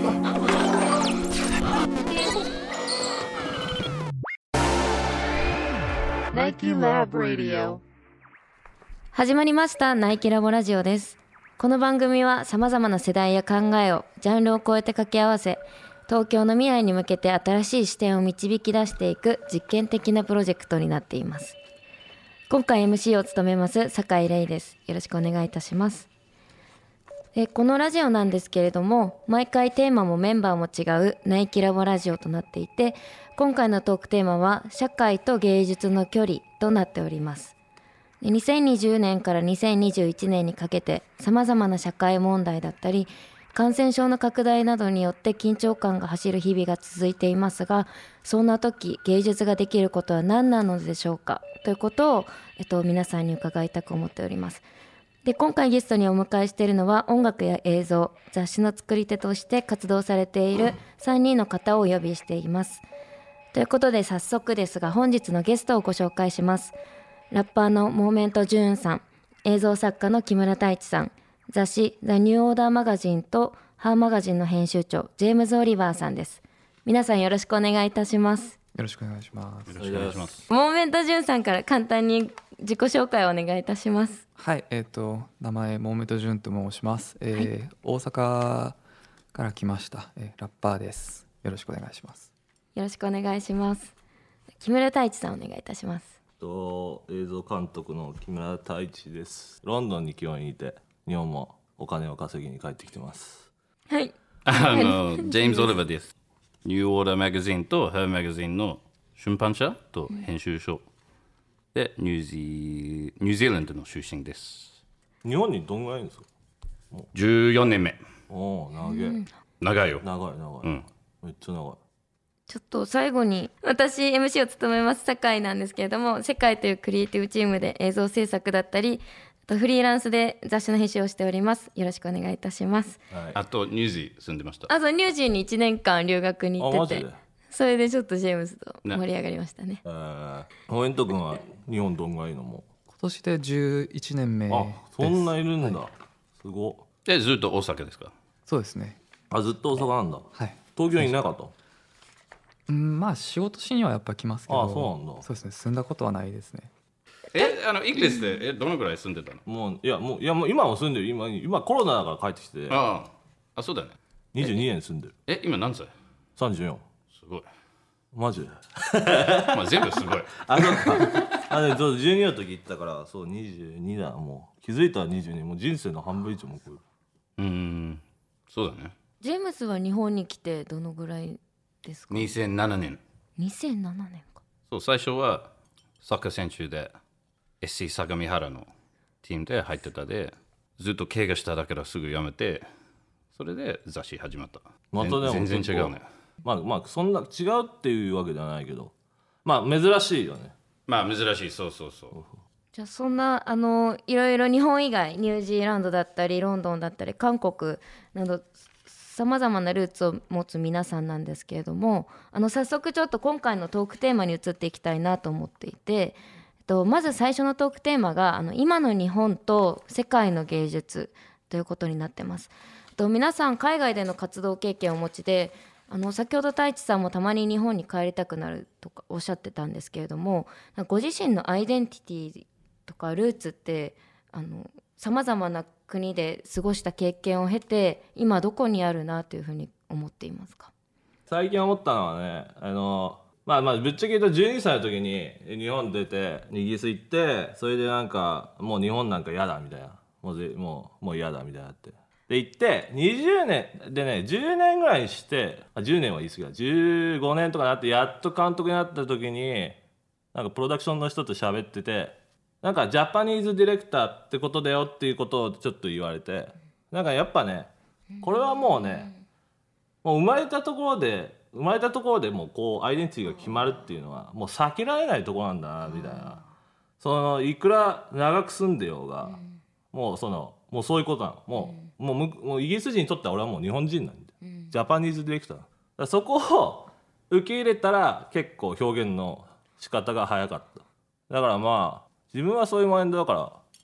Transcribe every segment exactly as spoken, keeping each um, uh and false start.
ナイキ Lab Radio。 始まりましたナイキラボラジオです。この番組はさまざまな世代や考えをジャンルを超えて掛け合わせ、東京の未来に向けて新しい視点を導き出していく実験的なプロジェクトになっています。今回 エムシー を務めます酒井玲です。よろしくお願いいたします。でこのラジオなんですけれども、毎回テーマもメンバーも違うナイキラボラジオとなっていて、今回のトークテーマは社会と芸術の距離となっております。でにせんにじゅうねんからにせんにじゅういちねんにかけてさまざまな社会問題だったり感染症の拡大などによって緊張感が走る日々が続いていますが、そんな時芸術ができることは何なのでしょうかということを、えっと、皆さんに伺いたく思っております。で今回ゲストにお迎えしているのは音楽や映像、雑誌の作り手として活動されているさんにんの方をお呼びしています。ということで早速ですが本日のゲストをご紹介します。ラッパーのモーメントジューンさん、映像作家の木村太一さん、雑誌ザ・ニューオーダーマガジンとハーマガジンの編集長ジェームズ・オリバーさんです。皆さんよろしくお願いいたします。 よろしくお願いします。 よろしくお願いします。 モーメントジューンさんから簡単に自己紹介をお願いいたします。 はい、えっ、ー、と名前モーメントジュンと申します。えーはい、大阪から来ました、えー、ラッパーです。よろしくお願いします。 よろしくお願いします。木村太一さんお願いいたします。 と映像監督の木村太一です。ロンドンに今日にいて日本もお金を稼ぎに帰ってきてます。 はい。 あのジェームズ・オリバーです。ニューオーダーマガジンとハーマガジンの出版社と編集所でニュージー、ニュージーランドの出身です。 日本にどんぐらいいるんですか？ じゅうよねんめ。 おお、長い、うん、 長いよ。 長い長い、うん、めっちゃ長い。 ちょっと最後に私 エムシー を務めます酒井なんですけれども、世界というクリエイティブチームで映像制作だったりあとフリーランスで雑誌の編集をしております。よろしくお願いいたします、 はい、あとニュージー住んでました。 あとニュージーにいちねんかん留学に行ってて、それでちょっとジェームズと盛り上がりましたね。ね、 えー、コメント君は日本どんぐらいのも今年でじゅういちねんめです。 あ、そんないるんだ、はい、すごでずっと大阪ですか？ そうですね。 あ、ずっと大阪なんだ。 はい。 東京にいなかった？ うん、まあ仕事しにはやっぱ来ますけど。 あ、そうなんだ。 そうですね、住んだことはないですね。 え、あのイギリスでえどのぐらい住んでたの？ もういやもういやもう今も住んでる。今今コロナだから帰ってきて。 ああ、そうだね。 にじゅうにねん住んでる。 え、今何歳？ さんじゅうよん。 すごい。 マジで。 まあ全部すごい。 あ、そっか。あ、でじゅうにの時行ったからそうにじゅうにだ。もう気づいたらにじゅうに。もう人生の半分以上も来る。 うーん、そうだね。 ジェームスは日本に来てどのぐらいですか？ にせんななねん。 にせんななねんか。 そう、最初はサッカー選手で エスシー 相模原のチームで入ってたで、ずっと怪我しただけですぐ辞めて、それで雑誌始まった。 またでも全然違うね。 まあまあそんな違うっていうわけではないけど、まあ珍しいよね。 まあ珍しい、そうそうそう。 じゃあそんなあのいろいろ日本以外ニュージーランドだったりロンドンだったり韓国などさまざまなルーツを持つ皆さんなんですけれども、あの早速ちょっと今回のトークテーマに移っていきたいなと思っていて、えっと、まず最初のトークテーマがあの今の日本と世界の芸術ということになってます。えっと、皆さん海外での活動経験をお持ちで、あの先ほど太一さんもたまに日本に帰りたくなるとかおっしゃってたんですけれども、ご自身のアイデンティティとかルーツってさまざまな国で過ごした経験を経て今どこにあるなというふうに思っていますか？ 最近思ったのはね、あのまあまあぶっちゃけ言うとじゅうにさいの時に日本出てイギリス行って、それでなんかもう日本なんか嫌だみたいな、もうぜもうもう嫌だみたいなってで行ってにじゅうねんでね、じゅうねんぐらいしてあじゅうねんは言い過ぎだ、じゅうごねんとかなってやっと監督になった時になんかプロダクションの人と喋ってて、なんかジャパニーズディレクターってことだよっていうことをちょっと言われて、なんかやっぱねこれはもうねもう生まれたところで生まれたところでもうこうアイデンティティが決まるっていうのはもう避けられないところなんだなみたいな、そのいくら長く住んでようがもうそのもうそういうことなの。もう、もう、もうイギリス人にとっては俺はもう日本人なんで、ジャパニーズディレクターだからそこを受け入れたら結構表現の仕方が早かった。だからまあ自分はそういうマインドだから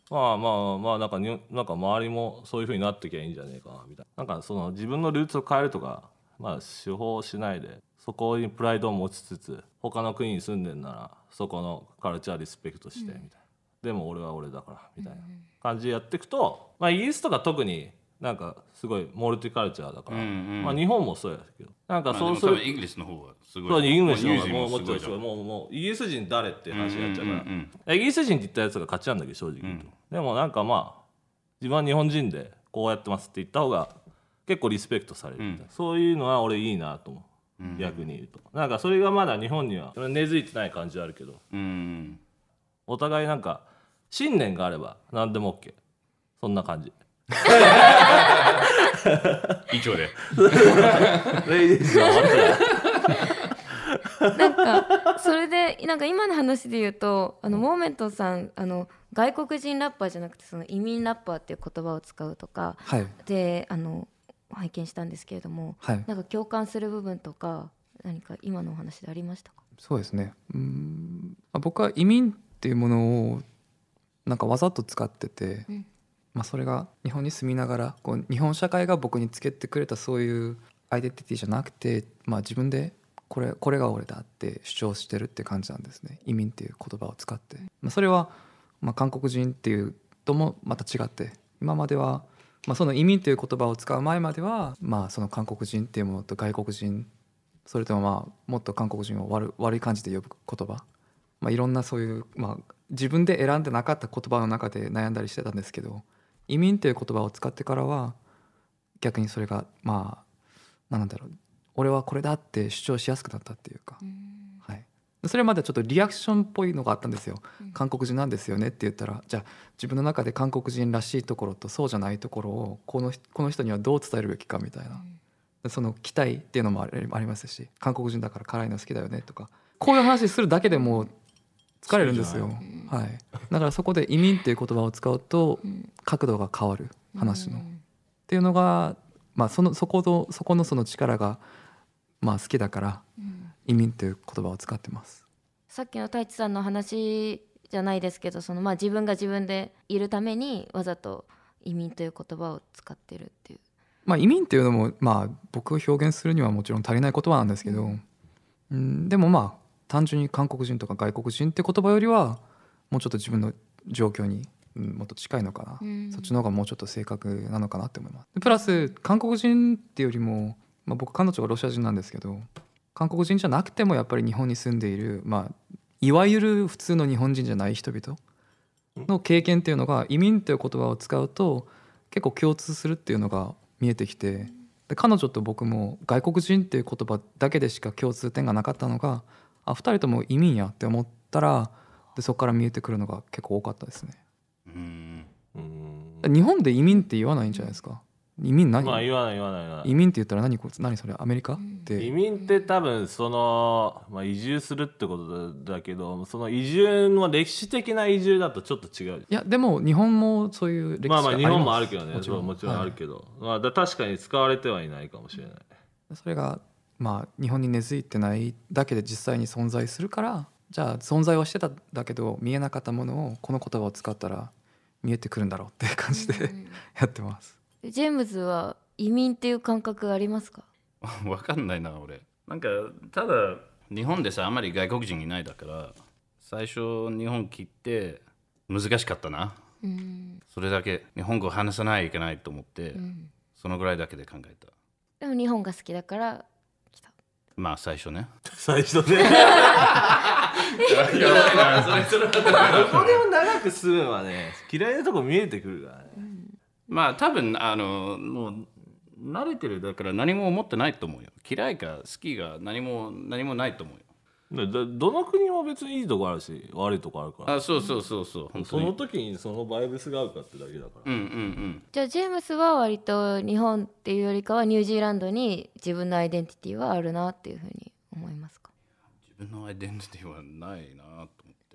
まあまあまあなんかになんか周りもそういう風になってきゃいいんじゃねえかなみたいな。なんかその自分のルーツを変えるとかまあ手法しないでそこにプライドを持ちつつ他の国に住んでんならそこのカルチャーリスペクトしてみたいな、でも俺は俺だからみたいな感じでやっていくと、まあイギリスとか特になんかすごいモルティカルチャーだから、 うんうんまあ日本もそうやけどなんかまあそうするでも多分イギリスの方はすごい。 そうイギリスの方がもうもニュージーもすごいじゃんっとすごいもうもうイギリス人誰っていう話になっちゃうから、 うんうんイギリス人って言ったやつが勝ちなんだけど正直言うと、でもなんかまあ自分は日本人でこうやってますって言った方が結構リスペクトされるみたいな、そういうのは俺いいなと思う、逆に言うとなんかそれがまだ日本には根付いてない感じはあるけど、 うんうんお互いなんか信念があれば何でも OK、 そんな感じ以上でレイディースは終わったらなんかそれでなんか今の話で言うとあのモーメントさんあの外国人ラッパーじゃなくてその移民ラッパーっていう言葉を使うとかはいであの拝見したんですけれども、 はいなんか共感する部分とか何か今のお話でありましたか？ そうですね。うーんまあ僕は移民っていうものをなんかわざと使ってて、 うんまあ、それが日本に住みながらこう日本社会が僕につけてくれたそういうアイデンティティじゃなくて、まあ、自分でこれ、これが俺だって主張してるって感じなんですね。移民っていう言葉を使って、まあ、それはまあ韓国人っていうともまた違って今まではまあその移民っていう言葉を使う前まではまあその韓国人っていうものと外国人それともまあもっと韓国人を悪悪い感じで呼ぶ言葉、まあ、いろんなそういう、まあ、自分で選んでなかった言葉の中で悩んだりしてたんですけど、移民っていう言葉を使ってからは逆にそれがまあなんだろう俺はこれだって主張しやすくなったっていうか、はい、それまではちょっとリアクションっぽいのがあったんですよ。韓国人なんですよねって言ったらじゃあ自分の中で韓国人らしいところとそうじゃないところをこの、この人にはどう伝えるべきかみたいな、その期待っていうのもありますし、韓国人だから辛いの好きだよねとかこういう話するだけでもう疲れるんですよ、はい、だからそこで移民っていう言葉を使うと角度が変わる話の、っていうのが、まあ、そのそこのそこのその力がまあ好きだから移民っていう言葉を使ってます。 さっきの太一さんの話じゃないですけどその、まあ、自分が自分でいるためにわざと移民という言葉を使ってるっていう、 まあ、移民っていうのも、まあ、僕を表現するにはもちろん足りない言葉なんですけど、うん、でもまあ単純に韓国人とか外国人って言葉よりはもうちょっと自分の状況に、うん、もっと近いのかな、うん、そっちの方がもうちょっと正確なのかなって思います。でプラス韓国人っていうよりも、まあ、僕彼女がロシア人なんですけど韓国人じゃなくてもやっぱり日本に住んでいる、まあ、いわゆる普通の日本人じゃない人々の経験っていうのが移民という言葉を使うと結構共通するっていうのが見えてきて、で彼女と僕も外国人っていう言葉だけでしか共通点がなかったのがあふたりとも移民やって思ったらでそこから見えてくるのが結構多かったですね。 うん日本で移民って言わないんじゃないですか。移民何、 まあ言わない言わない言わない移民って言ったら何こいつ何それアメリカって、 移民って多分その、まあ、移住するってことだけどその移住の歴史的な移住だとちょっと違う。 いやでも日本もそういう歴史がまあまあ日本もありるけどねもちろんもちろんあるけど、はいまあ、だ確かに使われてはいないかもしれない。 それがまあ日本に根付いてないだけで実際に存在するからじゃあ存在はしてたんだけど見えなかったものをこの言葉を使ったら見えてくるんだろうっていう感じでやってます。 ジェームズは移民っていう感覚ありますか？ わかんないな俺。なんかただ日本でさあんまり外国人いないだから最初日本来て難しかったな、うん、それだけ日本語話さないといけないと思って、うん、そのぐらいだけで考えた。 でも日本が好きだから来た。 まあ最初ね最初ねやばいなそれそれどこでも長く住むはね嫌いなとこ見えてくるからね、うん、 まあ多分あのもう慣れてるだから何も思ってないと思うよ。嫌いか好きが何も何もないと思うよ。 ど, どの国も別にいいとこあるし悪いとこあるから。 あそうそうそうそう、本当その時にそのバイブスが合うかってだけだから。 うんうんうん。 じゃあジェームスは割と日本っていうよりかはニュージーランドに自分のアイデンティティはあるなっていうふうに思いますか？ 自分のアイデンティティはないなと思って。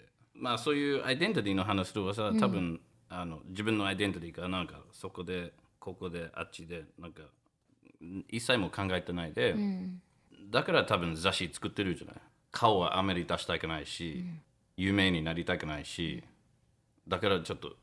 まあそういうアイデンティティの話するはさ、多分、うん、あの自分のアイデンティティがなんかそこでここであっちでなんか一切も考えてないで、うん、だから多分雑誌作ってるじゃない。顔はあまり出したくないし、うん、有名になりたくないし、だからちょっと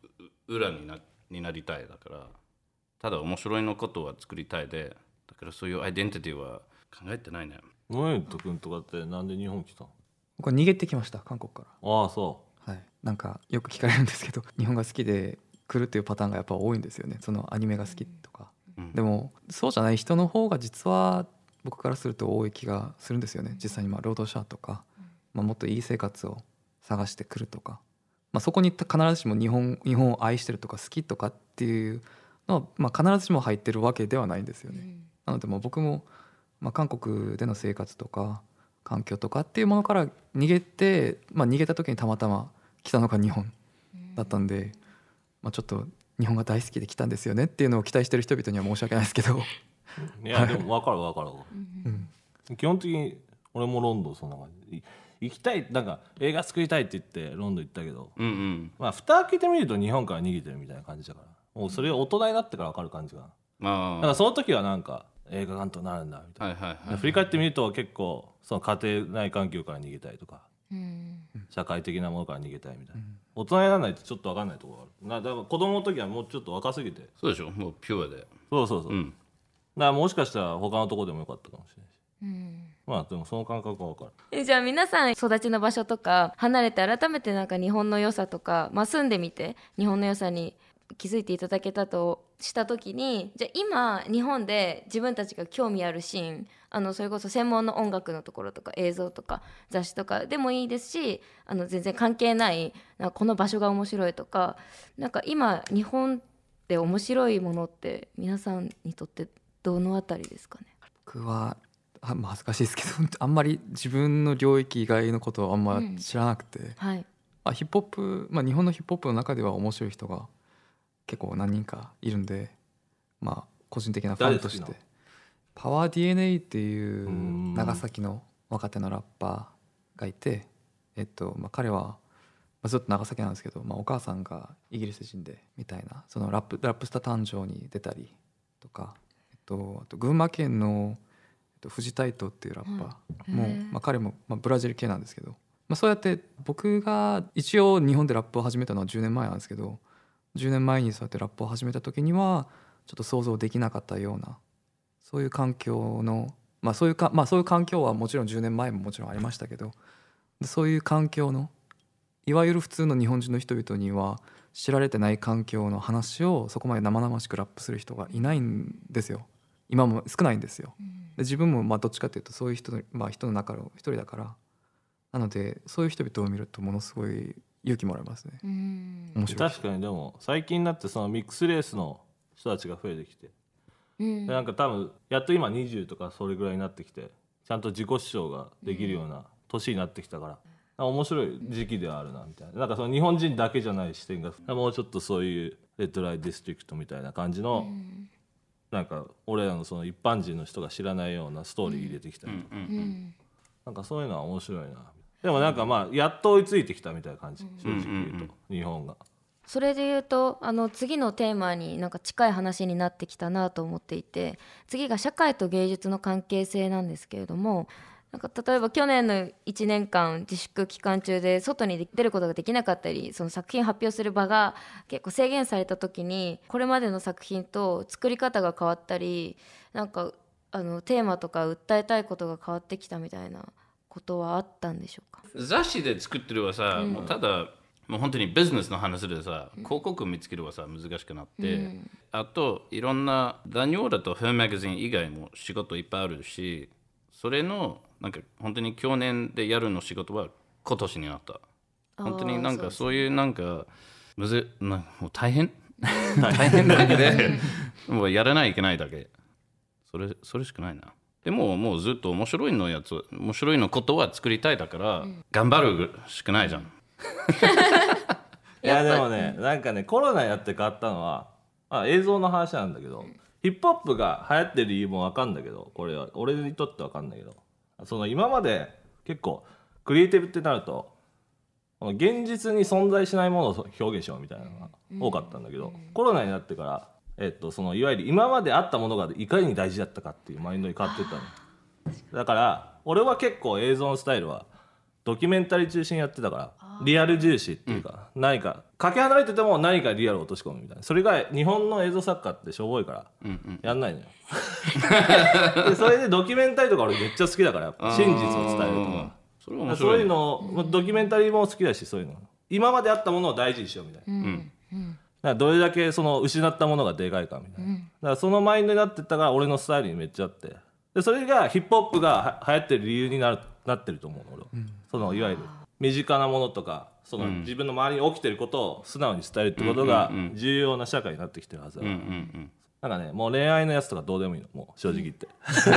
裏に な, になりたいだからただ面白いのことは作りたいでだからそういうアイデンティティは考えてないね。 ノエット君とかってなんで日本来たの？ 僕は逃げてきました韓国かああそら。はい、なんかよく聞かれるんですけど日本が好きで来るっていうパターンがやっぱ多いんですよね。そのアニメが好きとか、うん、でもそうじゃない人の方が実は僕からすると多い気がするんですよね。実際にまあ労働者とか、まあ、もっといい生活を探してくるとか、まあ、そこに必ずしも日本、日本を愛してるとか好きとかっていうのは、まあ、必ずしも入ってるわけではないんですよね、うん、なのでもう僕も、まあ、韓国での生活とか環境とかっていうものから逃げて、まあ、逃げた時にたまたま来たのが日本だったんで、うん、まあ、ちょっと日本が大好きで来たんですよねっていうのを期待してる人々には申し訳ないですけどいやでも分かる分かる、うん、基本的に俺もロンドンそんな感じ行きたい、なんか映画作りたいって言ってロンドン行ったけど、うんうん、まあ蓋開けてみると日本から逃げてるみたいな感じだからもうそれが大人になってから分かる感じが、あだからその時はなんか映画監督になるんだみたいな、はいはいはい、振り返ってみると結構その家庭内環境から逃げたいとか、うん、社会的なものから逃げたいみたいな、うん、大人にならないとちょっと分かんないところがあるな。だから子供の時はもうちょっと若すぎてそうでしょ、もうピュアでそうそうそう、うん、だからもしかしたら他のところでもよかったかもしれないし、うん、まあでもその感覚は分かる。 えじゃあ皆さん育ちの場所とか離れて改めてなんか日本の良さとか、まあ、住んでみて日本の良さに気づいていただけたとした時に、じゃあ今日本で自分たちが興味あるシーン、あのそれこそ専門の音楽のところとか映像とか雑誌とかでもいいですし、あの全然関係ないなんかこの場所が面白いとか、なんか今日本で面白いものって皆さんにとってどのあたりですかね？ 僕はあ恥ずかしいですけどあんまり自分の領域以外のことをあんま知らなくて、うんはい、あヒップホップ、まあ、日本のヒップホップの中では面白い人が結構何人かいるんで、まあ個人的なファンとしてパワー ディーエヌエー っていう長崎の若手のラッパーがいて、えっとまあ、彼はずっと長崎なんですけど、まあ、お母さんがイギリス人でみたいな、そのラップラップスター誕生に出たりとか、えっと、あと群馬県の藤田糸っていうラッパーも、まあ、彼もまあブラジル系なんですけど、まあ、そうやって僕が一応日本でラップを始めたのはじゅうねんまえなんですけど、じゅうねんまえにそうやってラップを始めた時にはちょっと想像できなかったようなそういう環境の、まあそういうか、まあ、そういう環境はもちろんじゅうねんまえももちろんありましたけど、そういう環境のいわゆる普通の日本人の人々には知られてない環境の話をそこまで生々しくラップする人がいないんですよ。今も少ないんですよ。で自分もまあどっちかというとそういう人の、まあ、人の中の一人だから、なのでそういう人々を見るとものすごい勇気もらえますね。うん面白い。 確かにでも最近になってそのミックスレースの人たちが増えてきて、うん、でなんか多分やっと今にじゅうとかそれぐらいになってきてちゃんと自己主張ができるような年になってきたから、うん、面白い時期ではあるなみたいな。なんかその日本人だけじゃない視点がもうちょっとそういうレッドライトディストリクトみたいな感じの、うん、なんか俺らのその一般人の人が知らないようなストーリー入れてきたりとか、うんうんうん、なんかそういうのは面白いな。でもなんかまあやっと追いついてきたみたいな感じ、正直言うと、うんうんうん、日本が。 それで言うとあの次のテーマになんか近い話になってきたなと思っていて、次が社会と芸術の関係性なんですけれども、なんか例えば去年のいちねんかん自粛期間中で外に出ることができなかったり、その作品を発表する場が結構制限された時にこれまでの作品と作り方が変わったり、なんかあのテーマとか訴えたいことが変わってきたみたいなことはあったんでしょうか？ 雑誌で作ってるはさ、うん、もうただもう本当にビジネスの話でさ、広告見つけるはさ難しくなって、うん、あといろんなダニオーラとフェルマガジン以外も仕事いっぱいあるし、それのなんか本当に去年でやるの仕事は今年になった。本当になんかそういうなんかむずなもう大変大変だけでもうやらないといけないだけ、それそれしかないな。でももうずっと面白いのやつ面白いのことは作りたいだから、うん、頑張るしかないじゃん。 いやでもね、なんかねコロナやって変わったのは、あ映像の話なんだけど、うん、ヒップホップが流行ってる理由も分かんだけど、これは俺にとって分かんないけど、その今まで結構クリエイティブってなると現実に存在しないものを表現しようみたいなのが多かったんだけど、うん、コロナになってからえっと、そのいわゆる今まであったものがいかに大事だったかっていうマインドに変わっていったの。だから俺は結構映像のスタイルはドキュメンタリー中心やってたから、 リアル重視っていうか、うん、何かかけ離れてても何かリアルを落とし込むみたいな。それが日本の映像作家ってしょぼいからやんないのよ、うんうん、でそれでドキュメンタリーとか俺めっちゃ好きだから、真実を伝えるとか、それ面白いね、そういうのドキュメンタリーも好きだし、そういうの今まであったものを大事にしようみたいな、うんうん、だからどれだけその失ったものがでかいかみたいな、うん、だからそのマインドになってったから俺のスタイルにめっちゃあって、でそれがヒップホップが流行ってる理由になるなってると思うの俺は、うん、そのいわゆる身近なものとかその、うん、自分の周りに起きてることを素直に伝えるってことが重要な社会になってきてるはずだから、うんうんうん、なんかねもう恋愛のやつとかどうでもいいの、もう正直言って、うん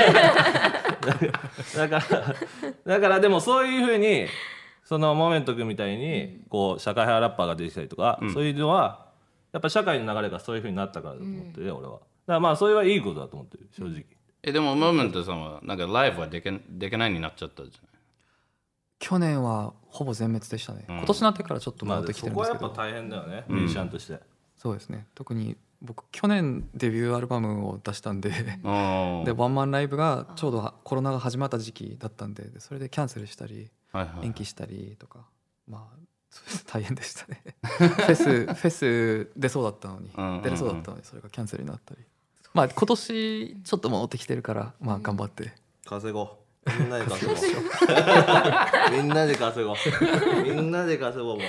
、だからだからでもそういうふうにそのモメント君みたいにこう社会派ラッパーが出てきたりとか、うん、そういうのはやっぱ社会の流れがそういうふうになったからだと思ってるよ、うん、俺は。だからまあそれはいいことだと思ってる正直。 えでもモメントさんはなんかライブはできできないになっちゃったじゃない。 去年はほぼ全滅でしたね、うん、今年になってからちょっと戻ってきてるんですけど、 まあ、そこはやっぱ大変だよね、ミュージシャンとして、うん、 そうですね。特に僕去年デビューアルバムを出したんででワンマンライブがちょうどコロナが始まった時期だったん で, でそれでキャンセルしたり、はいはい、延期したりとか、まあ大変でしたねフェスフェス出そうだったのに、うんうんうん、出れそうだったのにそれがキャンセルになったり、まあ今年ちょっと戻ってきてるからまあ頑張って稼ごう、みんなで稼ごうみんなで稼ごうみんなで稼ごうも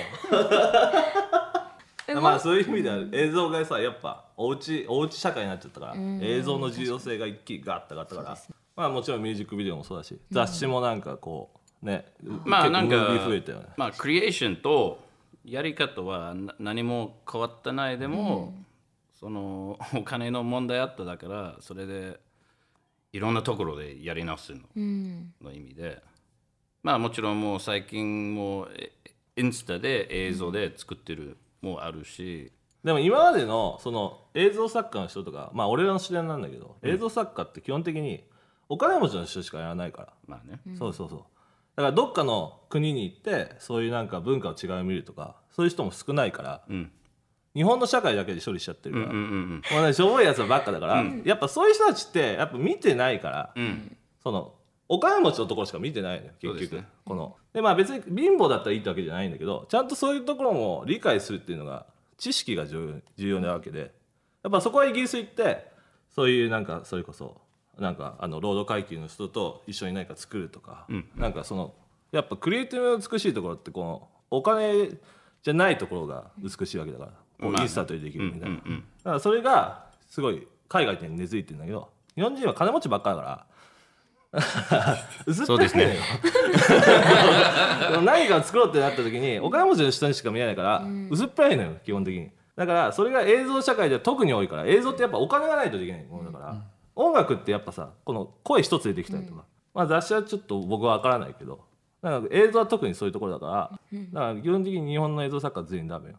うまあそういう意味では映像がさやっぱおうちおうち社会になっちゃったから、映像の重要性が一気にガッと上がったから、まあもちろんミュージックビデオもそうだし、雑誌もなんかこうね、 まあなんか増えたよね。まあクリエーションとやり方は何も変わってないでも、そのお金の問題あっただからそれでいろんなところでやり直すの、うん、の意味で、まあもちろんもう最近もインスタで映像で作ってるもあるし、 でも今までのその映像作家の人とか、まあ俺らの知り合いなんだけど、うん、映像作家って基本的にお金持ちの人しかやらないから、まあね、そうそうそう、だからどっかの国に行ってそういうなんか文化を違う見るとかそういう人も少ないから、うん、日本の社会だけで処理しちゃってるから、うんうんうん、もうねしょぼいやつばっかだから、うん、やっぱそういう人たちってやっぱ見てないから、うん、そのお金持ちのところしか見てないのよ結局、ね、このでまあ別に貧乏だったらいいってわけじゃないんだけど、ちゃんとそういうところも理解するっていうのが知識が重要なわけで、やっぱそこはイギリス行ってそういうなんかそれこそなんかあの労働階級の人と一緒に何か作るとか、うん、なんかそのやっぱクリエイティブの美しいところってこのお金じゃないところが美しいわけだから、こうインスタントにできるみたいな、だからそれがすごい海外に根付いてるんだけど、日本人は金持ちばっかだからそうですね何かを作ろうってなった時にお金持ちの人にしか見えないから、うん、薄っぺらいのよ基本的に。だからそれが映像社会では特に多いから、映像ってやっぱお金がないとできないものだから、うん、音楽ってやっぱさこの声一つでできたりとか、うん、まあ雑誌はちょっと僕は分からないけど、なんか映像は特にそういうところだから、うん、だから基本的に日本の映像作家は全員ダメよ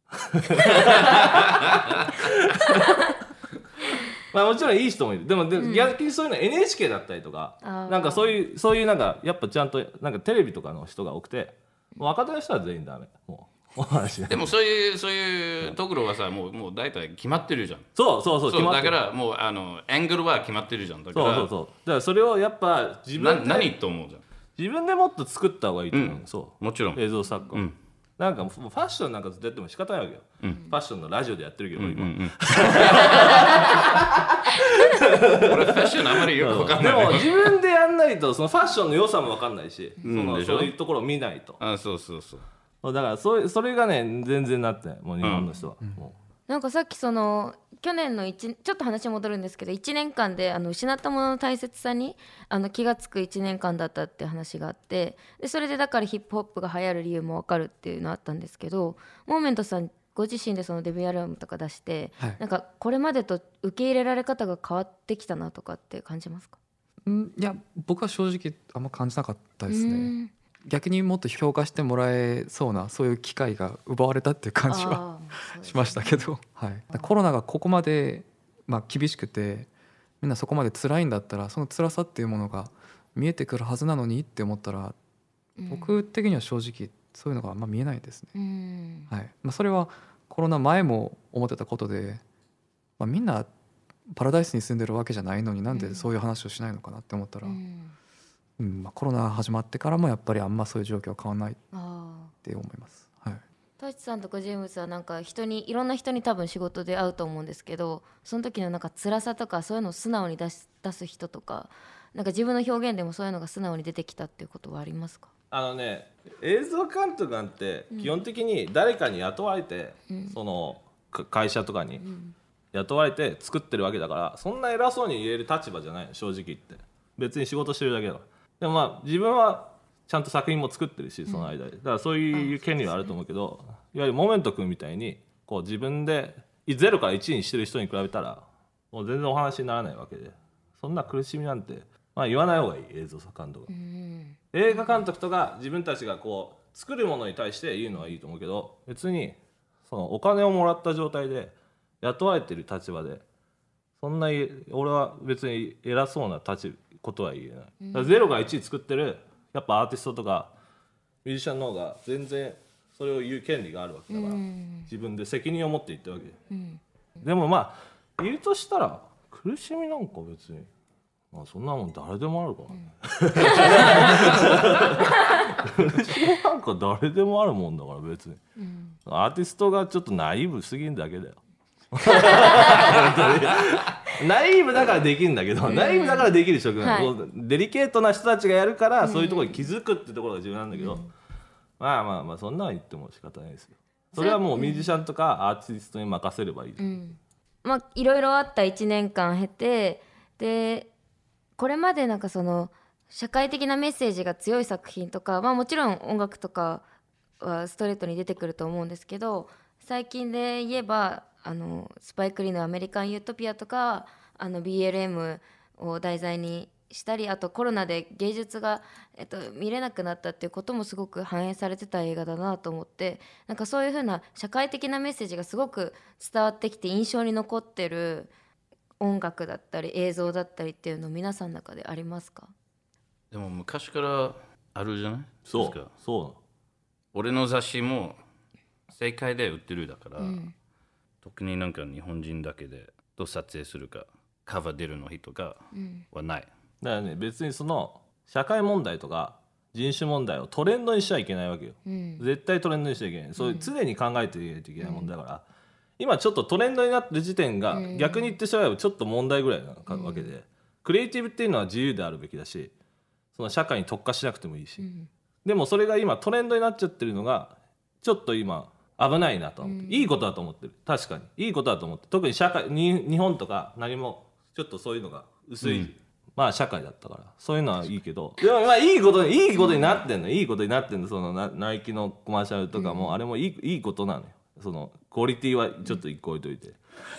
まあもちろんいい人もいる。でも、でも逆にそういうの エヌエイチケー だったりとか、うん、なんかそういうそういうなんかやっぱちゃんとなんかテレビとかの人が多くて、若手の人は全員ダメ。もうでもそういうそういうところはさ、もうもう大体決まってるじゃん。 そうそうそう。 そうだからもうあのアングルは決まってるじゃん。だからそうそうそう。だからそれをやっぱ自分で何と思うじゃん。 自分でもっと作った方がいいと思う。うん、そうもちろん映像作家。うん、なんかもうファッションなんかずっとやっても仕方ないわけよ、うん、ファッションのラジオでやってるけど、うんうんうん、 俺ファッションあんまりよく分かんない。 でも自分でやんないとそのファッションの良さも分かんないし、うん、そのそういうところを見ないと。 あ、そうそうそう。 だからそれ、それがね全然なってない、もう日本の人は、うん、もうなんかさっきその去年のちょっと話戻るんですけどいちねんかんであの失ったものの大切さにあの気がつくいちねんかんだったって話があって、でそれでだからヒップホップが流行る理由も分かるっていうのあったんですけど、モーメントさんご自身でそのデビューアルバムとか出して、はい、なんかこれまでと受け入れられ方が変わってきたなとかって感じますか？ んいや僕は正直あんま感じなかったですね。逆にもっと評価してもらえそうなそういう機会が奪われたっていう感じはしましたけど、はい、コロナがここまで、まあ、厳しくてみんなそこまで辛いんだったらその辛さっていうものが見えてくるはずなのにって思ったら、うん、僕的には正直そういうのがあんま見えないですね、うんはいまあ、それはコロナ前も思ってたことで、まあ、みんなパラダイスに住んでるわけじゃないのになんでそういう話をしないのかなって思ったら、うんうんまあ、コロナ始まってからもやっぱりあんまそういう状況は変わらないっあて思います。はい、 太一さんとかジェームスはなんか人にいろんな人に多分仕事で会うと思うんですけど、その時のなんか辛さとかそういうのを素直に出し出す人とか、なんか自分の表現でもそういうのが素直に出てきたっていうことはありますか？ あのね、映像監督なんて基本的に誰かに雇われて、うん、その会社とかに雇われて作ってるわけだから、そんな偉そうに言える立場じゃないの、正直言って。別に仕事してるだけだから。でもまあ自分はちゃんと作品も作ってるし、その間でだからそういう権利はあると思うけど、うん、いわゆるモメント君みたいにこう自分でゼロからいちにしてる人に比べたらもう全然お話にならないわけで、そんな苦しみなんてまあ言わない方がいい。映像監督、うん、映画監督とか自分たちがこう作るものに対して言うのはいいと思うけど、別にそのお金をもらった状態で雇われてる立場でそんな俺は別に偉そうな立ちことは言えない、うん、だからゼロからいち作ってるやっぱアーティストとかミュージシャンの方が全然それを言う権利があるわけだから、うん、自分で責任を持って言ってるわけで、うん、でもまあ言うとしたら苦しみなんか別にまあそんなもん誰でもあるからね、うん、苦しみなんか誰でもあるもんだから別に、うん、アーティストがちょっとナイーブすぎんだけだよナイーブだからできるんだけど、うん、ナイーブだからできる職業、はい、デリケートな人たちがやるからそういうところに気づくってところが重要なんだけど、うん、まあまあまあそんなの言っても仕方ないですよ。それはもうミュージシャンとかアーティストに任せればいい、うん、 まあいろいろあったいちねんかん経て、でこれまでなんかその社会的なメッセージが強い作品とか、まあ、もちろん音楽とかはストレートに出てくると思うんですけど、最近で言えばあのスパイク・リーのアメリカン・ユートピアとかあの ビーエルエム を題材にしたり、あとコロナで芸術が、えっと、見れなくなったっていうこともすごく反映されてた映画だなと思って、なんかそういう風な社会的なメッセージがすごく伝わってきて印象に残ってる音楽だったり映像だったりっていうの皆さんの中でありますか？ でも昔からあるじゃない？ そうか、そう。 俺の雑誌も正解で売ってるだから、うん、特になんか日本人だけでどう撮影するかカバー出るの日とかはない、 うん、だからね、別にその社会問題とか人種問題をトレンドにしちゃいけないわけよ、うん、絶対トレンドにしちゃいけない、うん、そういう常に考えていかないといけない問題だから、うん、今ちょっとトレンドになってる時点が逆に言ってしまえばちょっと問題ぐらいなわけで、うん、クリエイティブっていうのは自由であるべきだし、その社会に特化しなくてもいいし、うん、でもそれが今トレンドになっちゃってるのがちょっと今危ないなと思って、うん、いいことだと思ってる、確かにいいことだと思って、特に社会に日本とか何もちょっとそういうのが薄い、うん、まあ社会だったからそういうのはいいけど、でもまあいいことにいいことになってんの、いいことになってんの、そのナイキのコマーシャルとかも、うん、あれもいいいいことなのよ。そのクオリティはちょっと一個置いといて、うん、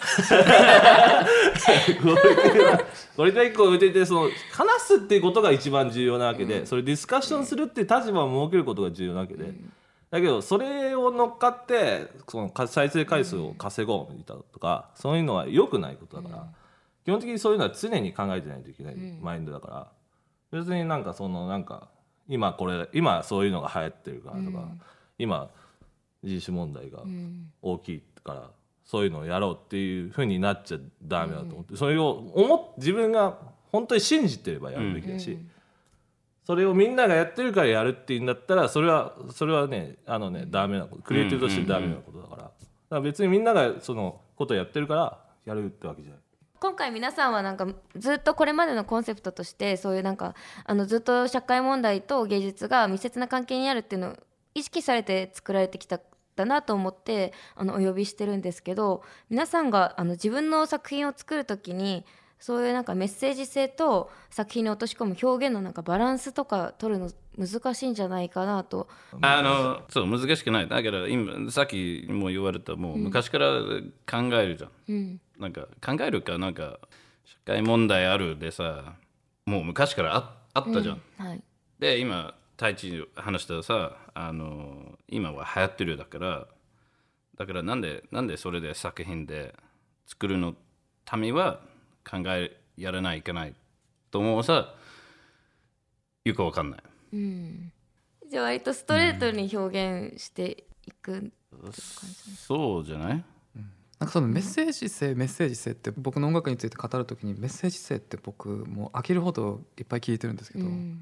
クオリティはクオリティは一個置いといて、その話すっていうことが一番重要なわけで、うん、それディスカッションするっていう立場を設けることが重要なわけで、うん、だけどそれを乗っかってその再生回数を稼ごうみたいなとか、そういうのは良くないことだから、うん、基本的にそういうのは常に考えてないといけないマインドだから、別になんかそのなんか今これ今そういうのが流行ってるからとか、うん、今人種問題が大きいからそういうのをやろうっていう風になっちゃダメだと思って、うん、それを思っ自分が本当に信じてればやるべきだし、うん、それをみんながやってるからやるっていうんだったらそれはそれはねあのねダメなこと、クリエイティブとしてダメなことだから、だから別にみんながそのことをやってるからやるってわけじゃない。 今回皆さんはなんかずっとこれまでのコンセプトとしてそういうなんかあのずっと社会問題と芸術が密接な関係にあるっていうのを意識されて作られてきただなと思ってあのお呼びしてるんですけど、皆さんがあの自分の作品を作るときにそういうなんかメッセージ性と作品に落とし込む表現のなんかバランスとか取るの難しいんじゃないかなと。 あのそう難しくない。だけど今さっきも言われたもう昔から考えるじゃん、うん、なんか考えるかなんか社会問題あるでさもう昔から あ, あったじゃん、うんはい、で今太一話したらさあの今は流行ってるだからだからなんでなんでそれで作品で作るのためは考えやらないといけないと思うさよくわかんない、うん、 じゃあ割とストレートに表現していく、うん、 そうじゃない、うん、 なんかそのメッセージ性メッセージ性って僕の音楽について語るときにメッセージ性って僕もう飽きるほどいっぱい聞いてるんですけど、うん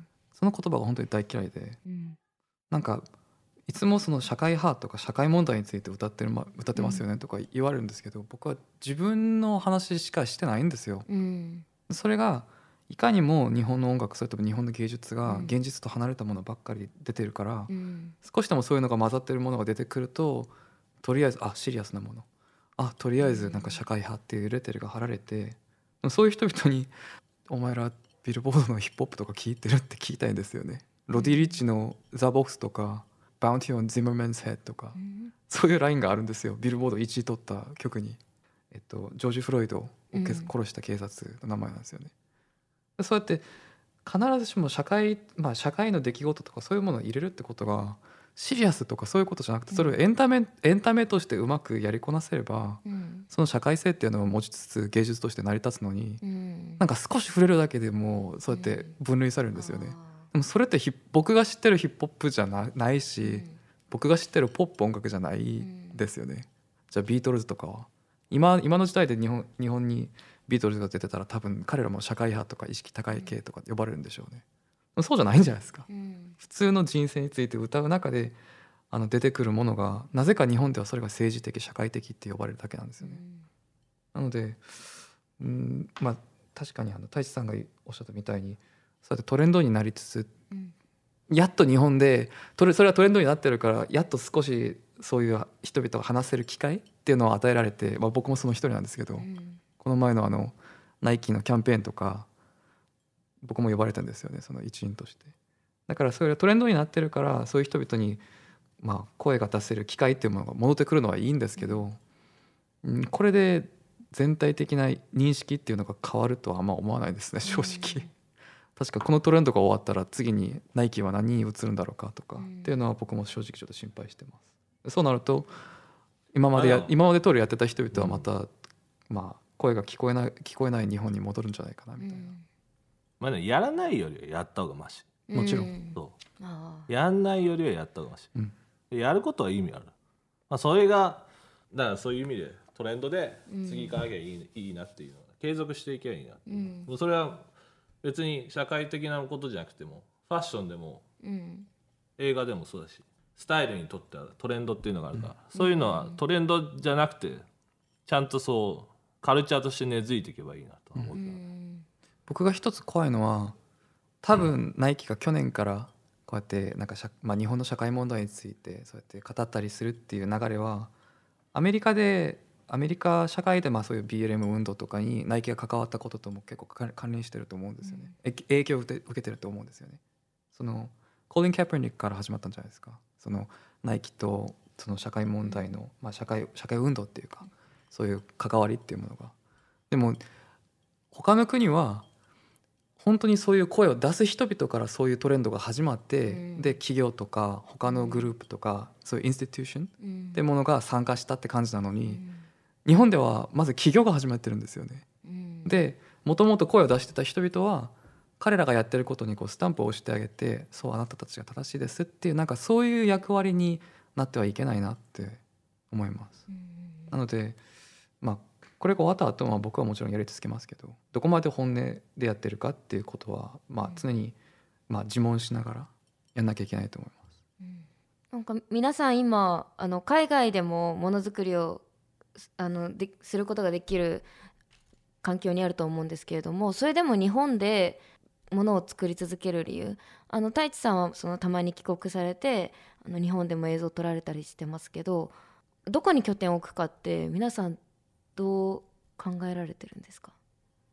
その言葉が本当に大嫌いで、 うんなんかいつもその社会派とか社会問題について歌ってる、ま、歌ってますよねとか言われるんですけど、僕は自分の話しかしてないんですよ。 うんそれがいかにも日本の音楽、それとも日本の芸術がうん現実と離れたものばっかり出てるから、 うん少しでもそういうのが混ざってるものが出てくると、とりあえずあシリアスなもの、あとりあえずなんか社会派っていうレッテルが貼られて、でもそういう人々にお前らビルボードのヒップホップとか聞いてるって聞いたいんですよね。ロディ・リッチのザ・ボックスとかバウンティオン・ジムメンズ・ヘッドとか、 うんそういうラインがあるんですよ。ビルボードいちい取った曲に、えっと、ジョージ・フロイドをうん殺した警察の名前なんですよね。そうやって必ずしも社会、まあ、社会の出来事とかそういうものを入れるってことがシリアスとかそういうことじゃなくて、それをエンタメ、エンタメとしてうまくやりこなせれば、 うんその社会性っていうのを持ちつつ芸術として成り立つのに、 うんなんか少し触れるだけでもうそうやって分類されるんですよね。 あでもそれってヒップ僕が知ってるヒップホップじゃ な, ないーし、僕が知ってるポップ音楽じゃないですよね。じゃあビートルズとかは今今の時代で日本日本にビートルズが出てたら多分彼らも社会派とか意識高い系とか呼ばれるんでしょうね。でもそうじゃないんじゃないですか。 うん普通の人生について歌う中であの出てくるものがなぜか日本ではそれが政治的社会的って呼ばれるだけなんですよね。なので、うんまあ確かにあの太一さんがおっしゃったみたいにそうやってトレンドになりつつ、 うんやっと日本でトレそれはトレンドになってるからやっと少しそういう人々が話せる機会っていうのを与えられて、まあ、僕もその一人なんですけど、 うんこの前のあのナイキのキャンペーンとか僕も呼ばれたんですよね、その一員として。だからそれがトレンドになってるからそういう人々にまあ声が出せる機会っていうものが戻ってくるのはいいんですけど、うんこれで全体的な認識っていうのが変わるとはあんま思わないですね、正直。確かこのトレンドが終わったら次にナイキは何に移るんだろうかとかっていうのは僕も正直ちょっと心配してます。そうなると今までやあの今まで通りやってた人々はまた、まあ声が聞こえない聞こえない日本に戻るんじゃないかなみたいな。 まあね、やらないよりはやった方がマシ。 もちろんうんそあうやんないよりはやった方がマシ、 うんやることは意味ある、まあ、それがだからそういう意味でトレンドで次行かなきゃいい,、いいなっていうのが継続していけばいいなっていう、 うんもうそれは別に社会的なことじゃなくてもファッションでもうん映画でもそうだしスタイルにとってはトレンドっていうのがあるから、そういうのはトレンドじゃなくてちゃんとそうカルチャーとして根付いていけばいいなとは思うけど、 うん僕が一つ怖いのは多分ナイキが去年からこうやってなんか社、まあ、日本の社会問題についてそうやって語ったりするっていう流れはアメリカでアメリカ社会でまあそういう ビーエルエム 運動とかにナイキが関わったこととも結構関関連してると思うんですよね、え影響を受け受けてると思うんですよね。そのコリン・キャプニックから始まったんじゃないですか、そのナイキとその社会問題の、まあ、社会社会運動っていうかそういう関わりっていうものが。でも他の国は本当にそういう声を出す人々からそういうトレンドが始まって、 うんで企業とか他のグループとかそういうインスティテューションうんってものが参加したって感じなのに、 うん日本ではまず企業が始まってるんですよね。 うんでもともと声を出してた人々は彼らがやってることにこうスタンプを押してあげて、そうあなたたちが正しいですっていうなんかそういう役割になってはいけないなって思います。なのでまあこれが終わった後は僕はもちろんやり続けますけど、どこまで本音でやってるかっていうことはまあ常にまあ自問しながらやんなきゃいけないと思います。 なんか皆さん今あの海外でもものづくりをあのですることができる環境にあると思うんですけれども、それでも日本でものを作り続ける理由、あの太一さんはそのたまに帰国されてあの日本でも映像を撮られたりしてますけど、どこに拠点を置くかって皆さんどう考えられてるんですか？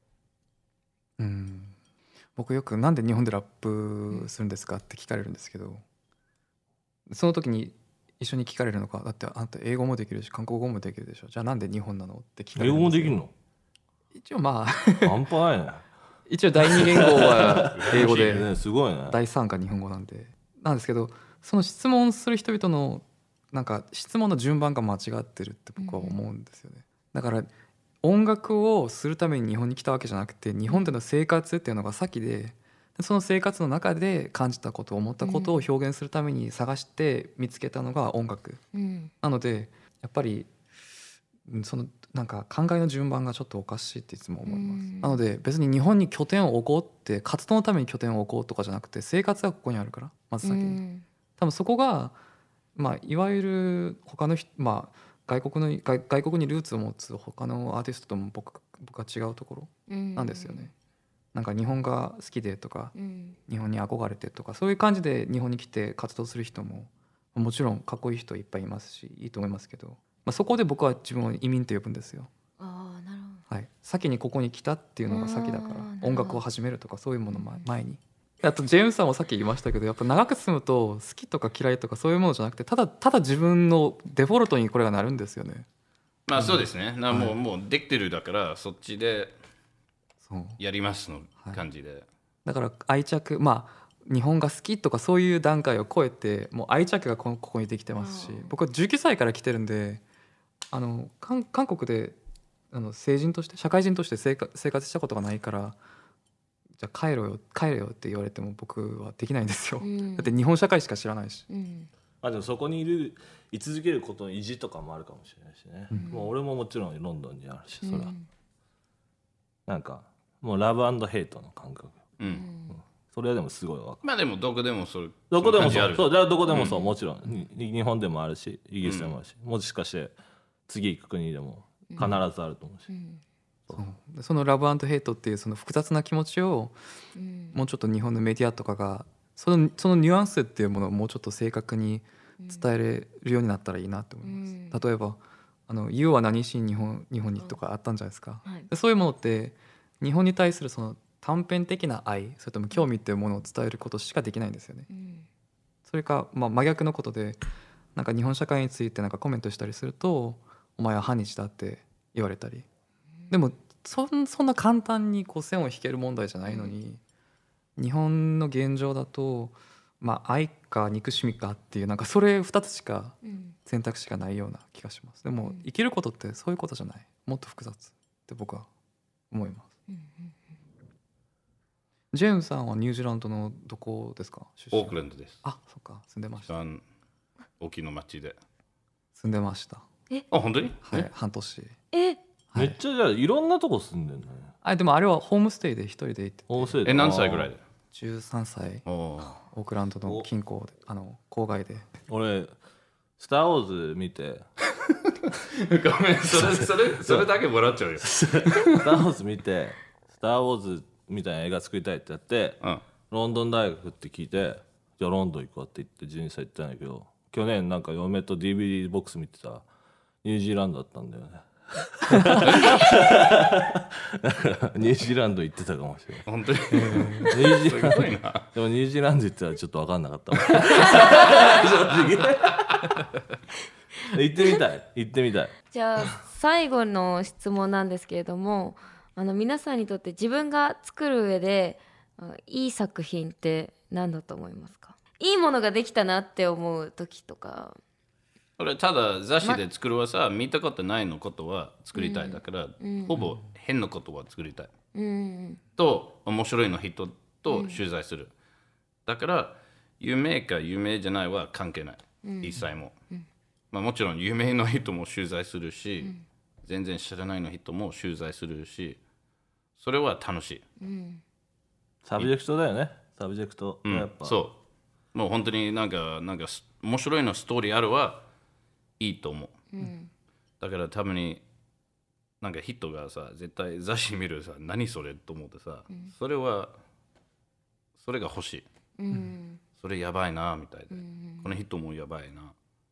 うん僕よくなんで日本でラップするんですかって聞かれるんですけど、その時に一緒に聞かれるのが、だってあんた英語もできるし韓国語もできるでしょ、じゃあなんで日本なのって聞かれ英るんですよ。 語もできるの一応まあ半端ないね一応第二言語は英語でね、すごいね。 第三が日本語なんでなんですけど、その質問する人々のなんか質問の順番が間違ってるって僕は思うんですよね。だから音楽をするために日本に来たわけじゃなくて、日本での生活っていうのが先で、その生活の中で感じたこと思ったことを表現するために探して見つけたのが音楽うんなので、やっぱりうんそのなんか考えの順番がちょっとおかしいっていつも思います。なので別に日本に拠点を置こうって活動のために拠点を置こうとかじゃなくて生活がここにあるからまず先に、うん、多分そこが、まあ、いわゆる他の人、まあ、外国の 外, 外国にルーツを持つ他のアーティストとも 僕, 僕は違うところなんですよね、うん、なんか日本が好きでとか、うん、日本に憧れてとかそういう感じで日本に来て活動する人ももちろんかっこいい人いっぱいいますしいいと思いますけど、まあ、そこで僕は自分を移民と呼ぶんですよ。 あ、なるほど、 はい、先にここに来たっていうのが先だから音楽を始めるとかそういうもの前に、あとジェームスさんもさっき言いましたけどやっぱ長く住むと好きとか嫌いとかそういうものじゃなくてただただ自分のデフォルトにこれがなるんですよね。 まあそうですね、なもう、はい、もうできてるだからそっちでやりますの感じで、はい、 だから愛着、まあ日本が好きとかそういう段階を超えてもう愛着がここにできてますし、僕はじゅうきゅうさいから来てるんであの韓国であの成人として社会人として生活、生活したことがないからじゃあ帰ろよ帰れよって言われても僕はできないんですよ、うん、だって日本社会しか知らないし、うん、 あでもそこにいる居続けることの意地とかもあるかもしれないしね、うん、もう俺ももちろんロンドンにあるしそれは、うん、なんかもうラブ&ヘイトの感覚、うんうん、それはでもすごい分かる。 まあでもどこでもそれどこでもそう、そうじゃあどこでもそう、うん、もちろん日本でもあるしイギリスでもあるし、うん、もしかして次行く国でも必ずあると思うし、うん、 そうそのラブ&ヘイトっていうその複雑な気持ちを、うん、もうちょっと日本のメディアとかがその、そのニュアンスっていうものをもうちょっと正確に伝えれるようになったらいいなと思います、うん、例えばあの ユー は何しに日本、日本にとかあったんじゃないですか、はい、でそういうものって日本に対するその短編的な愛それとも興味っていうものを伝えることしかできないんですよね、うん、それか、まあ、真逆のことでなんか日本社会についてなんかコメントしたりするとお前は反日だって言われたり、でも そ, そんな簡単にこう線を引ける問題じゃないのに、うん、日本の現状だと、まあ、愛か憎しみかっていうなんかそれふたつしか選択肢がないような気がします。でも生きることってそういうことじゃない、もっと複雑って僕は思います、うんうんうん、ジェームさんはニュージーランドのどこですか？出身？ オークランドです。 あ、そっか、住んでました。一番大きな町で住んでました。 え、あ、本当に？ はい、半年。 え、 はい、めっちゃじゃあいろんなとこ住んでるね。 あ、でもあれはホームステイで一人で行ってて。 え、何歳ぐらいで？ じゅうさんさい。オークランドの近郊で、あの郊外で。 俺スターウォーズ見てごめん、それそれそれだけもらっちゃうよ。 スターウォーズ見てスターウォーズみたいな映画作りたいってやって、うん、ロンドン大学って聞いて、じゃあロンドン行こうって言ってじゅうにさい行ったんだけど、去年なんか嫁と ディーブイディー ボックス見てたニュージーランドだったんだよね。だからニュージーランド行ってたかもしれない。 本当に？ニュージーランドでもニュージーランド行ってたらちょっと分かんなかったわ。正直行ってみたい行ってみたい。 じゃあ最後の質問なんですけれども、あの皆さんにとって自分が作る上でいい作品って何だと思いますか？いいものができたなって思う時とか。 俺ただ雑誌で作るはさ、ま、見たことないのことは作りたいだから、うん、ほぼ変なことは作りたい、うん、と面白いの人と取材する、うん、だから有名か有名じゃないは関係ない、うん、一切も、うんまあ、もちろん有名な人も取材するし、うん、全然知らないの人も取材するし、それは楽しい、うん、 サブジェクトだよね。サブジェクト、うん、やっぱそうもう本当になんかなんか面白いのストーリーあるはいいと思う、うん、だからたまになんか人がさ絶対雑誌見るさ何それと思ってさ、うん、それはそれが欲しい、うん、それやばいなみたいで、うん、この人もやばいな。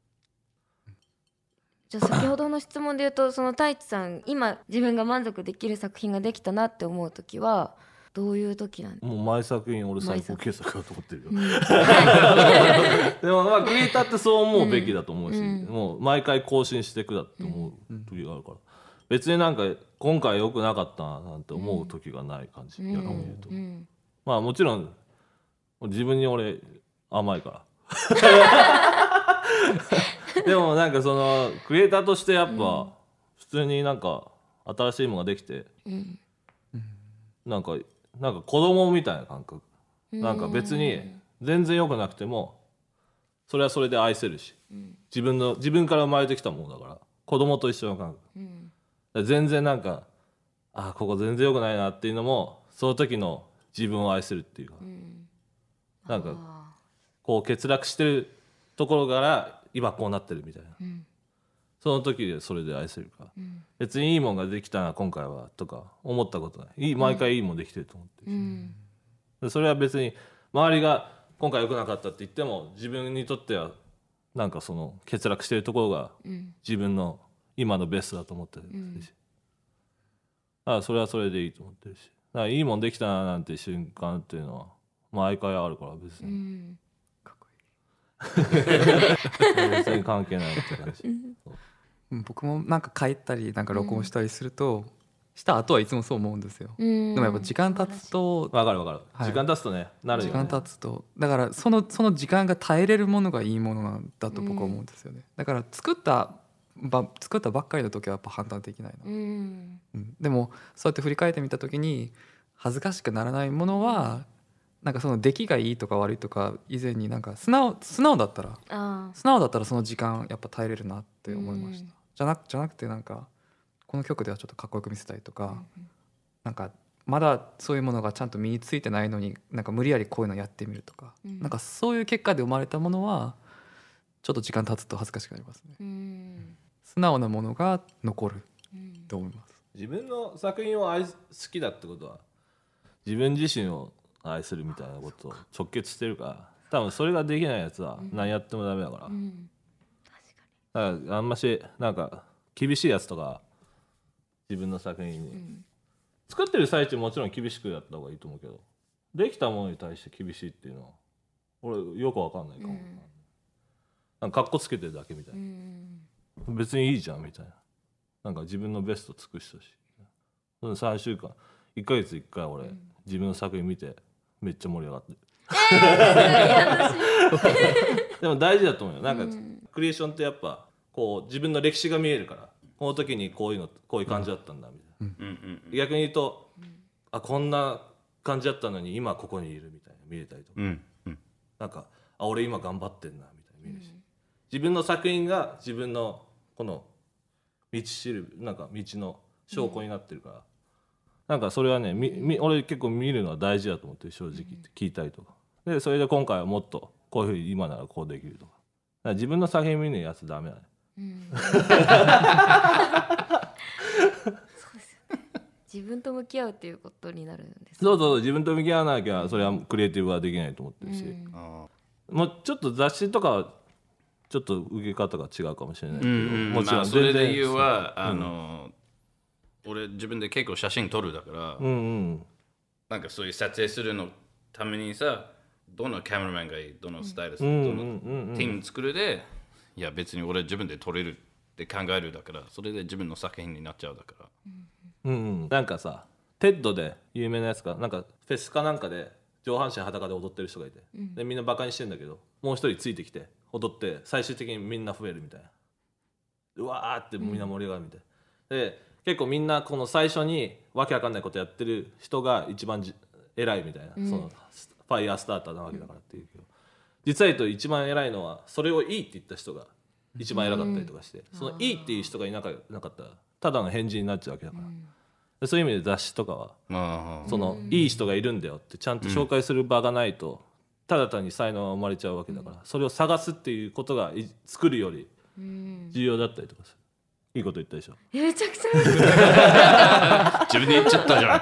じゃあ先ほどの質問で言うとその太一さん今自分が満足できる作品ができたなって思う時はどういう時なんですか？ もう毎作品俺最高傑作だと思ってるよ、うん、でもまあクリエイターってそう思うべきだと思うし、うん、もう毎回更新していくだって思う時があるから、別になんか今回良くなかったななんて思う時がない感じ、うん、逆に言うと、うん、まあもちろん自分に俺甘いからでもなんかそのクリエイターとしてやっぱ普通になんか新しいものができて、うん、なんかなんか子供みたいな感覚、なんか別に全然良くなくてもそれはそれで愛せるし、自分の自分から生まれてきたものだから子供と一緒の感覚、 全然なんかあここ全然良くないなっていうのもその時の自分を愛するっていうか、うん、なんかこう欠落してるところから今こうなってるみたいな、うん、その時でそれで愛せるか、うん、別にいいもんができたな今回はとか思ったことないいい毎回いいもんできてると思ってるし、うん、それは別に周りが今回良くなかったって言っても自分にとってはなんかその欠落してるところが自分の今のベストだと思ってるし、うん、だからそれはそれでいいと思ってるし、だからいいもんできたななんて瞬間っていうのは毎回あるから別に、うん、かっこいい別に関係ないって感じ、 うん、僕もなんか帰ったりなんか録音したりすると、うん、した後はいつもそう思うんですよ、うん、でもやっぱ時間経つと分かる分かる、はい、時間経つとねなるよね、 時間経つとだからその、その時間が耐えれるものがいいものなんだと僕は思うんですよね、うん、だから作ったば作ったばっかりの時はやっぱ判断できないな、うんうん、でもそうやって振り返ってみた時に恥ずかしくならないものはなんかその出来がいいとか悪いとか以前になんか素直、素直だったら素直だったらその時間やっぱ耐えれるなって思いました、うん、じゃなく、じゃなくてなんかこの曲ではちょっとかっこよく見せたいとか、うん、なんかまだそういうものがちゃんと身についてないのになんか無理やりこういうのやってみるとか、うん、なんかそういう結果で生まれたものはちょっと時間経つと恥ずかしくなりますね、うん、素直なものが残ると思います、 うん、自分の作品を愛好きだってことは自分自身を愛するみたいなことを直結してるから多分それができないやつは何やってもダメだから、うんうん、だからあんましなんか厳しいやつとか自分の作品に、うん、作ってる最中もちろん厳しくやった方がいいと思うけどできたものに対して厳しいっていうのは俺よく分かんないかも、うん、なんかかっこつけてるだけみたいな、うん、別にいいじゃんみたいななんか自分のベスト尽くしたしそのさんしゅうかんいっかげついっかい俺、うん、自分の作品見てめっちゃ盛り上がってる、えー、でも大事だと思うよなんか、うん、クリエーションってやっぱこう自分の歴史が見えるからこの時にこういうのこういう感じだったんだみたいな、うん、逆に言うと、うん、あこんな感じだったのに今ここにいるみたいな見れたりとか、うんうん、なんかあ俺今頑張ってんなみたいな見るし、うん、自分の作品が自分のこの道しるなんか道の証拠になってるから、うん、なんかそれはねみみ俺結構見るのは大事だと思ってる正直言って聞いたりとかでそれで今回はもっとこういうふうに今ならこうできるとか、だから自分の作品見るやつダメだね、うん、そうですよね自分と向き合うっていうことになるんです、ね、 そうそう自分と向き合わなきゃそれはクリエイティブはできないと思ってるし、うん、もうちょっと雑誌とかはちょっと受け方が違うかもしれないけど、うんうん、 もちろん、まあ、それで言うはあの、うん、俺自分で結構写真撮るだから、うんうん、なんかそういう撮影するのためにさどのカメラマンがいいどのスタイリスト、うん、どのティーム作るでいや別に俺自分で撮れるって考えるだからそれで自分の作品になっちゃうだから、 うんうん、なんかさテッドで有名なやつかなんかフェスかなんかで上半身裸で踊ってる人がいて、うん、でみんなバカにしてんだけどもう一人ついてきて踊って最終的にみんな増えるみたいなうわーってみんな盛り上がるみたいな、うん、で結構みんなこの最初にわけわかんないことやってる人が一番じ偉いみたいな、うん、そのファイヤースターターなわけだからっていうけど、実は言うと一番偉いのはそれをいいって言った人が一番偉かったりとかして、うん、そのいいっていう人がいなかったらただの変人になっちゃうわけだから、うん、でそういう意味で雑誌とかは、うん、そのいい人がいるんだよってちゃんと紹介する場がないと、うん、ただ単に才能が生まれちゃうわけだから、うん、それを探すっていうことが作るより重要だったりとかする。いいこと言ったでしょ。 めちゃくちゃ自分で言っちゃったじゃ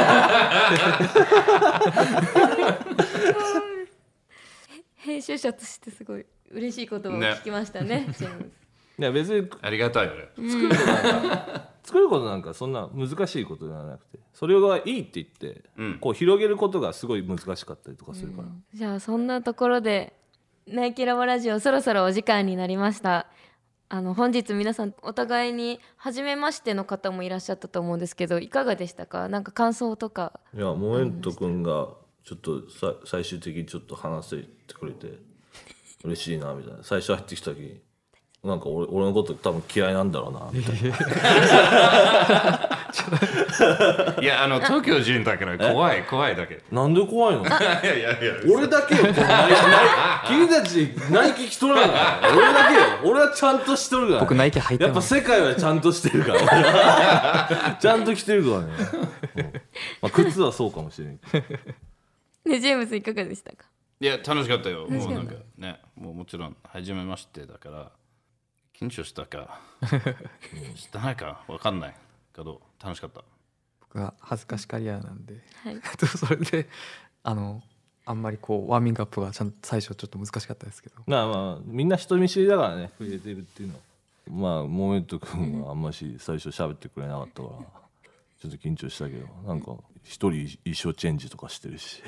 ん編集者としてすごい嬉しいことを聞きましたね。 いや別にありがたいよね。 作ることなんか作ることなんかそんな難しいことではなくて、それがいいって言って、うん、こう広げることがすごい難しかったりとかするから、うん、 じゃあそんなところでナイキラボラジオそろそろお時間になりました。あの本日皆さんお互いに初めましての方もいらっしゃったと思うんですけど、いかがでしたか？なんか感想とか。 いやモエント君がちょっとさ最終的にちょっと話してくれて嬉しいなみたいな。最初入ってきた時になんか 俺, 俺のこと多分嫌いなんだろうなみたいないやあの東京人だから怖い怖いだけ。 なんで怖いの？ いやいやいや俺だけよ。このナイ君たちナイキ着とらんから俺だけよ。俺はちゃんとしとるから、 僕ナイキ履いてやっぱます。 世界はちゃんとしてるからちゃんと着てるからね、うんまあ、靴はそうかもしれんけどね、ジェームスいかがでしたか？ いや楽しかったよ。 楽しかったもうなんかねもうもちろん初めましてだから緊張したかしてないかわかんないけど楽しかった。 僕は恥ずかしがり屋なんで、 はいそれであのあんまりこうワーミングアップがちゃんと最初ちょっと難しかったですけど、 まあまあみんな人見知りだからねクリエイティブっていうのは。まあモメント君はあんまし最初喋ってくれなかったからちょっと緊張したけど、なんか一人衣装チェンジとかしてるし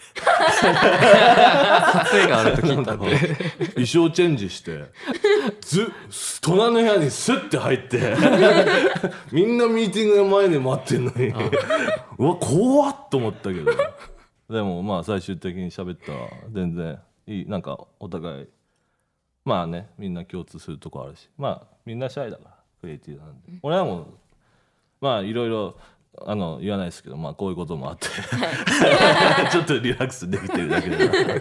撮影があると聞いたんで衣装チェンジしてず隣の部屋にスッて入ってみんなミーティングの前で待ってんのにうわ怖っと思ったけどでもまあ最終的に喋ったら全然いい、なんかお互いまあねみんな共通するとこあるし、まあみんなシャイだからクリエイティブなんで、俺はもうまあいろいろあの言わないですけど、まあこういうこともあってちょっとリラックスできてるだけだ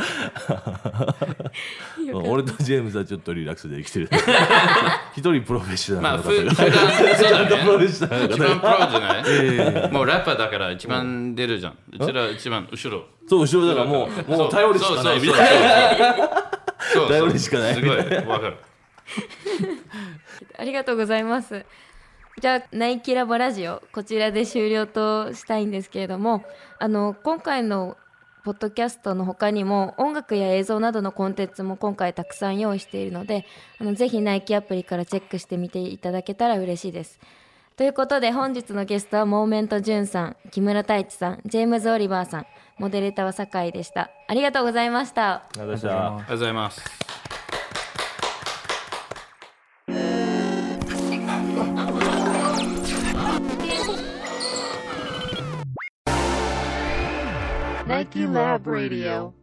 な俺とジェームズはちょっとリラックスできてる一人プロフェッショナルまあふな方が普段そうだプロフェッねショナルな一番プ方がロじゃないもうラッパーだから一番出るじゃん。うちら一番後ろそう後ろだからもうもう頼りしかないみたいな頼りしかないすごいわかる。 ありがとうございます。じゃあナイキラボラジオこちらで終了としたいんですけれども、あの今回のポッドキャストの他にも音楽や映像などのコンテンツも今回たくさん用意しているので、あのぜひナイキアプリからチェックしてみていただけたら嬉しいです。ということで本日のゲストはモーメントジュンさん、木村太一さん、ジェームズ・オリバーさん、モデレーターは酒井でした。ありがとうございました。 ありがとうございました。 ありがとうございます。 Nike Lab Radio.